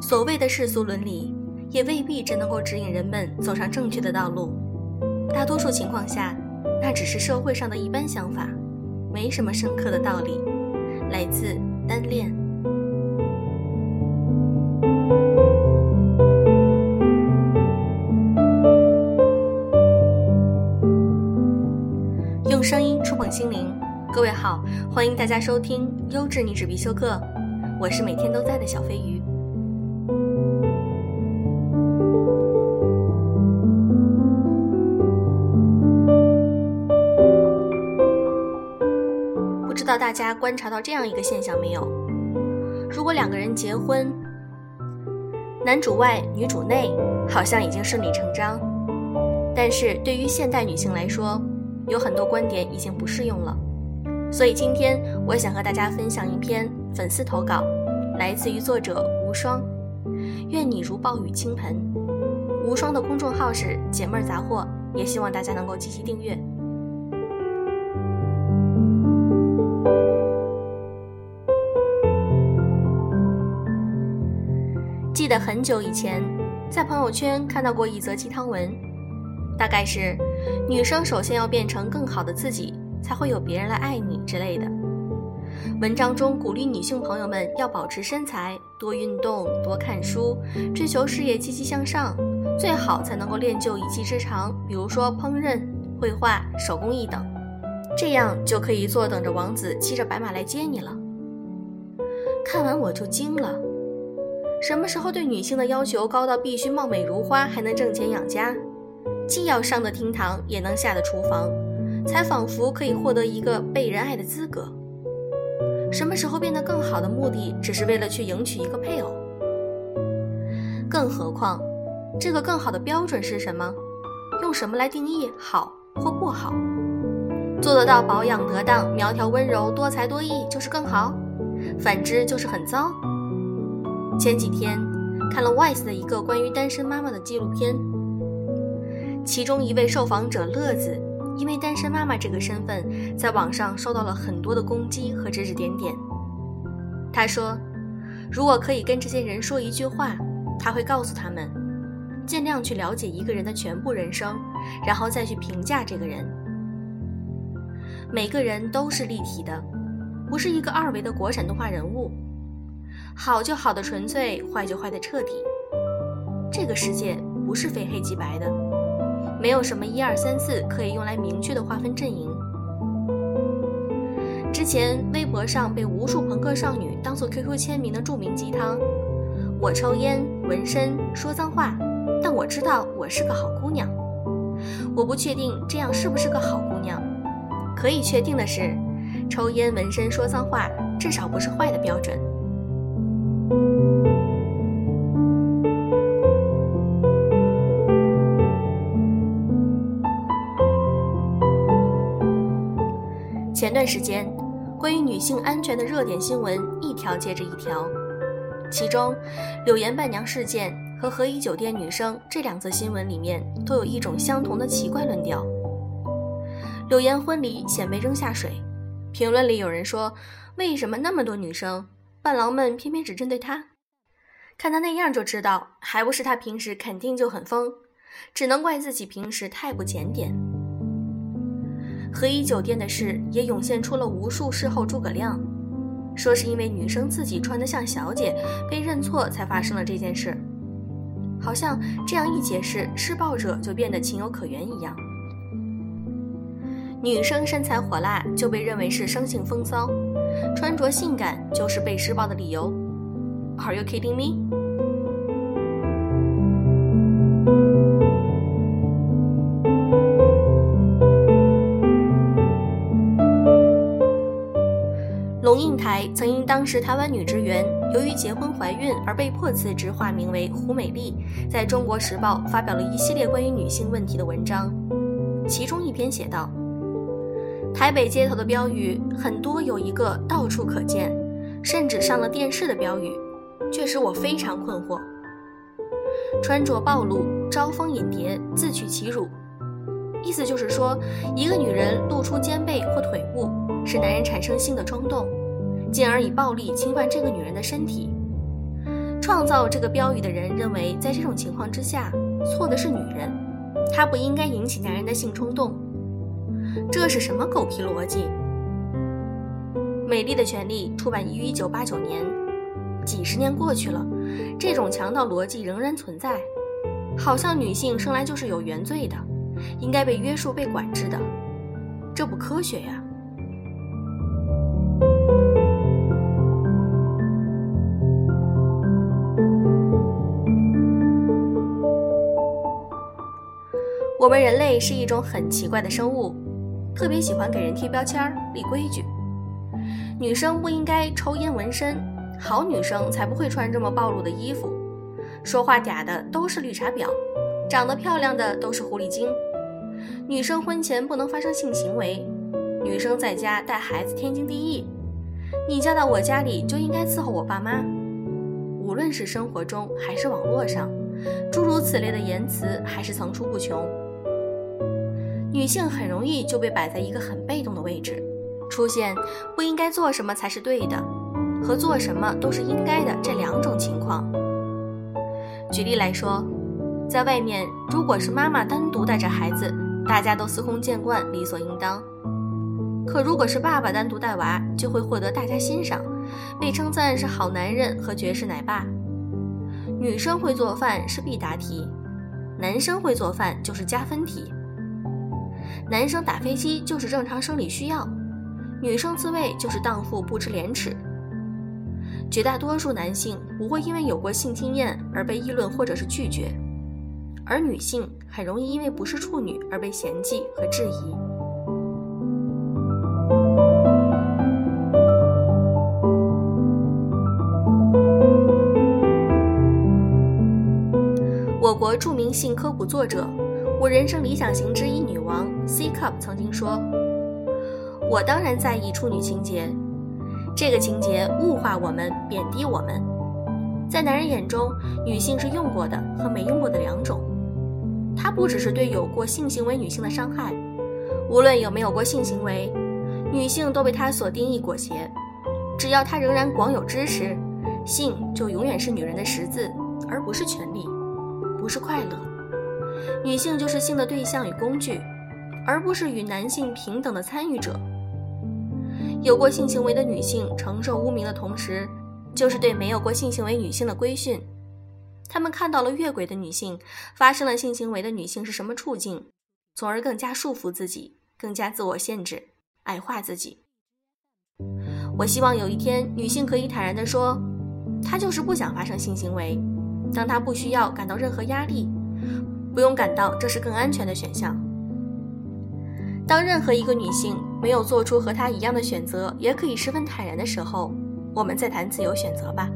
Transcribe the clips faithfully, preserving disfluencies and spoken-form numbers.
所谓的世俗伦理，也未必真能够指引人们走上正确的道路。大多数情况下，那只是社会上的一般想法，没什么深刻的道理。来自单恋。用声音触碰心灵，各位好，欢迎大家收听优质女子必修课，我是每天都在的小飞鱼。不知道大家观察到这样一个现象没有？如果两个人结婚，男主外女主内，好像已经顺理成章，但是对于现代女性来说，有很多观点已经不适用了。所以今天我想和大家分享一篇粉丝投稿，来自于作者无双，愿你如暴雨倾盆。无双的公众号是姐妹儿杂货，也希望大家能够积极订阅。记得很久以前，在朋友圈看到过一则鸡汤文，大概是女生首先要变成更好的自己，才会有别人来爱你之类的。文章中鼓励女性朋友们要保持身材，多运动，多看书，追求事业积极向上，最好才能够练就一技之长，比如说烹饪、绘画、手工艺等，这样就可以坐等着王子骑着白马来接你了。看完我就惊了，什么时候对女性的要求高到必须貌美如花，还能挣钱养家，既要上得厅堂，也能下得厨房，才仿佛可以获得一个被人爱的资格？什么时候变得更好的目的只是为了去迎娶一个配偶？更何况这个更好的标准是什么？用什么来定义好或不好？做得到保养得当、苗条温柔、多才多艺就是更好，反之就是很糟。前几天看了 Vice 的一个关于单身妈妈的纪录片，其中一位受访者乐子因为单身妈妈这个身份，在网上受到了很多的攻击和指指点点。他说，如果可以跟这些人说一句话，他会告诉他们，尽量去了解一个人的全部人生，然后再去评价这个人。每个人都是立体的，不是一个二维的国产动画人物，好就好的纯粹，坏就坏的彻底。这个世界不是非黑即白的，没有什么一二三四可以用来明确的划分阵营。之前微博上被无数朋克少女当作 Q Q 签名的著名鸡汤，我抽烟、纹身、说脏话，但我知道我是个好姑娘。我不确定这样是不是个好姑娘，可以确定的是，抽烟、纹身、说脏话至少不是坏的标准。前段时间，关于女性安全的热点新闻一条接着一条，其中柳岩伴娘事件和和颐酒店女生这两则新闻里面都有一种相同的奇怪论调。柳岩婚礼险被扔下水，评论里有人说，为什么那么多女生，伴郎们偏偏只针对她？看她那样就知道，还不是她平时肯定就很疯，只能怪自己平时太不检点。和颐酒店的事也涌现出了无数事后诸葛亮，说是因为女生自己穿得像小姐，被认错才发生了这件事。好像这样一解释，施暴者就变得情有可原一样。女生身材火辣就被认为是生性风骚，穿着性感就是被施暴的理由。 Are you kidding me？龙应台曾因当时台湾女职员由于结婚怀孕而被迫辞职，化名为胡美丽，在中国时报发表了一系列关于女性问题的文章。其中一篇写道，台北街头的标语很多有一个到处可见，甚至上了电视的标语，却使我非常困惑。穿着暴露，招蜂引蝶，自取其辱。意思就是说，一个女人露出肩背或腿部，使男人产生性的冲动，进而以暴力侵犯这个女人的身体。 创造这个标语的人认为，在这种情况之下，错的是女人，她不应该引起男人的性冲动。这是什么狗屁逻辑？《美丽的权利》出版于一九八九年，几十年过去了，这种强盗逻辑仍然存在，好像女性生来就是有原罪的，应该被约束、被管制的，这不科学呀。我们人类是一种很奇怪的生物，特别喜欢给人贴标签、立规矩。女生不应该抽烟纹身，好女生才不会穿这么暴露的衣服。说话嗲的都是绿茶婊，长得漂亮的都是狐狸精。女生婚前不能发生性行为，女生在家带孩子天经地义。你嫁到我家里就应该伺候我爸妈。无论是生活中还是网络上，诸如此类的言辞还是层出不穷。女性很容易就被摆在一个很被动的位置，出现不应该做什么才是对的和做什么都是应该的这两种情况。举例来说，在外面如果是妈妈单独带着孩子，大家都司空见惯，理所应当。可如果是爸爸单独带娃，就会获得大家欣赏，被称赞是好男人和绝世奶爸。女生会做饭是必答题，男生会做饭就是加分题。男生打飞机就是正常生理需要，女生自慰就是荡妇不知廉耻。绝大多数男性不会因为有过性经验而被议论或者是拒绝，而女性很容易因为不是处女而被嫌弃和质疑。我国著名性科普作者，我人生理想型之一女王 C Cup 曾经说，我当然在意处女情节，这个情节物化我们，贬低我们。在男人眼中，女性是用过的和没用过的两种。它不只是对有过性行为女性的伤害，无论有没有过性行为，女性都被它所定义裹挟。只要它仍然广有支持，性就永远是女人的识字，而不是权利，不是快乐。女性就是性的对象与工具，而不是与男性平等的参与者。有过性行为的女性承受污名的同时，就是对没有过性行为女性的规训。她们看到了越轨的女性，发生了性行为的女性是什么处境，从而更加束缚自己，更加自我限制，矮化自己。我希望有一天，女性可以坦然地说，她就是不想发生性行为，当她不需要感到任何压力，不用感到这是更安全的选项。当任何一个女性没有做出和她一样的选择，也可以十分坦然的时候，我们再谈自由选择吧。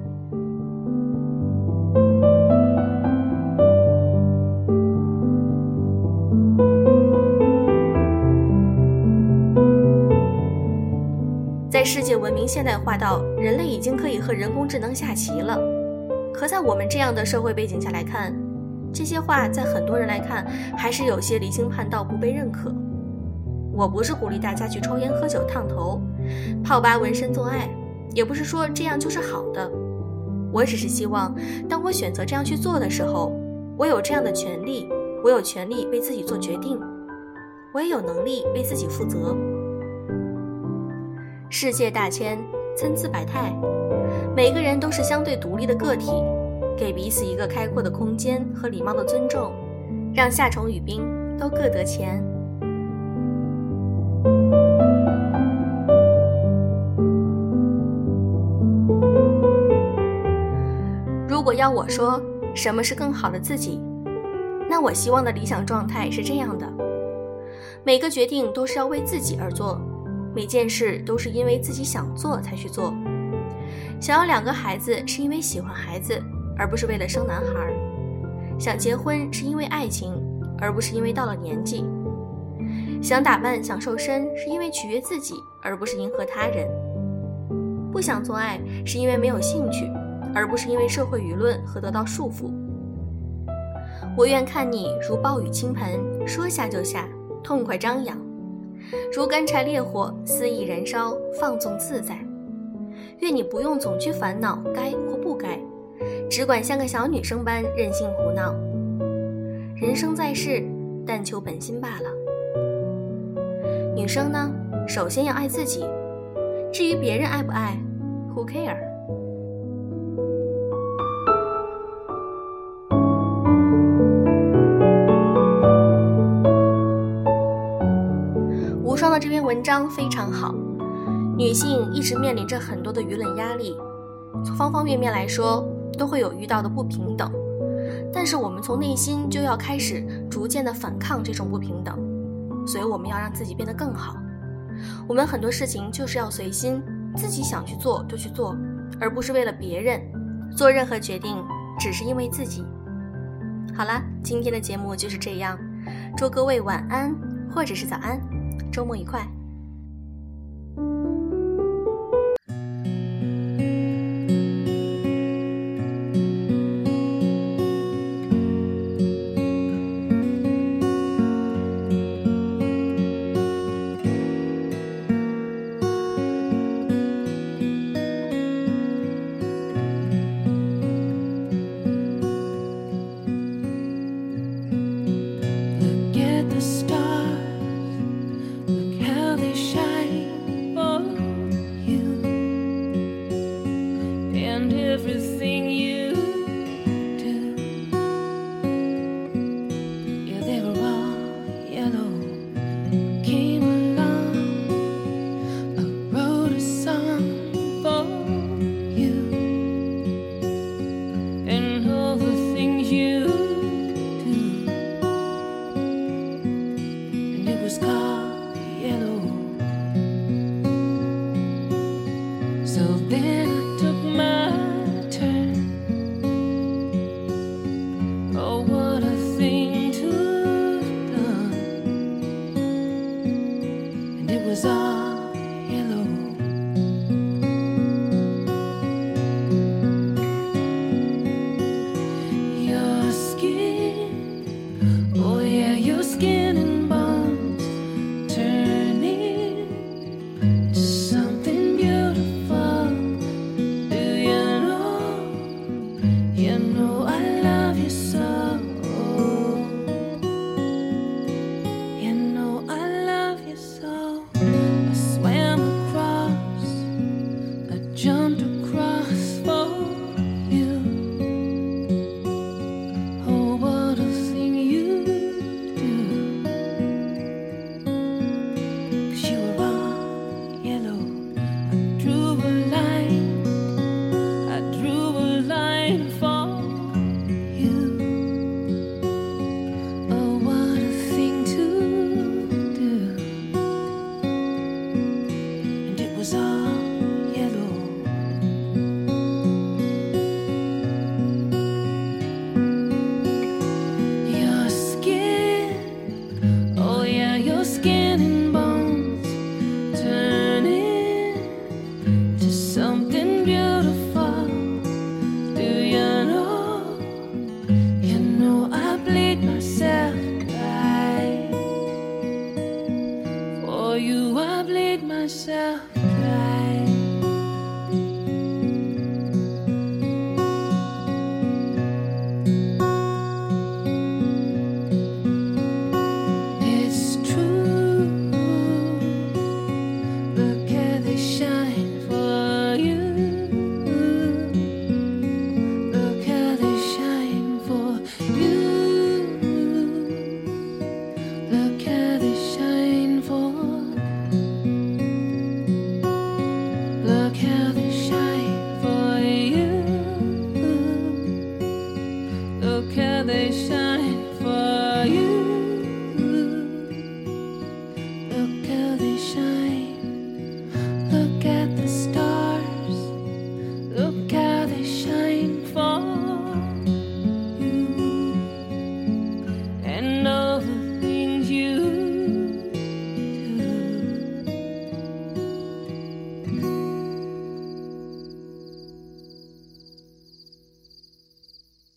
在世界文明现代化到人类已经可以和人工智能下棋了，可在我们这样的社会背景下来看，这些话在很多人来看还是有些离经叛道，不被认可。我不是鼓励大家去抽烟喝酒烫头泡吧纹身做爱，也不是说这样就是好的。我只是希望当我选择这样去做的时候，我有这样的权利，我有权利为自己做决定，我也有能力为自己负责。世界大千，参差百态，每个人都是相对独立的个体，给彼此一个开阔的空间和礼貌的尊重，让夏虫语冰都各得其安。如果要我说什么是更好的自己，那我希望的理想状态是这样的：每个决定都是要为自己而做，每件事都是因为自己想做才去做。想要两个孩子是因为喜欢孩子，而不是为了生男孩。想结婚是因为爱情，而不是因为到了年纪。想打扮想瘦身是因为取悦自己，而不是迎合他人。不想做爱是因为没有兴趣，而不是因为社会舆论和得到束缚。我愿看你如暴雨倾盆，说下就下，痛快张扬，如干柴烈火，肆意燃烧，放纵自在。愿你不用总去烦恼该或不该，只只管像个小女生般任性胡闹。人生在世，但求本心罢了。女生呢，首先要爱自己，至于别人爱不爱 ，Who care？ 无双的这篇文章非常好。女性一直面临着很多的舆论压力，从方方面面来说都会有遇到的不平等，但是我们从内心就要开始逐渐的反抗这种不平等，所以我们要让自己变得更好。我们很多事情就是要随心，自己想去做就去做，而不是为了别人。做任何决定只是因为自己。好了，今天的节目就是这样，祝各位晚安或者是早安，周末愉快。 Everything you do, yeah, they were all yellow. Came along, I wrote a song for you, and all the things you do, and it was called yellow. So then I took my myself dry. It's true, look how they shine for you. Look how they shine for you. Look how they shine for Look how they shine for you. Look how they shine.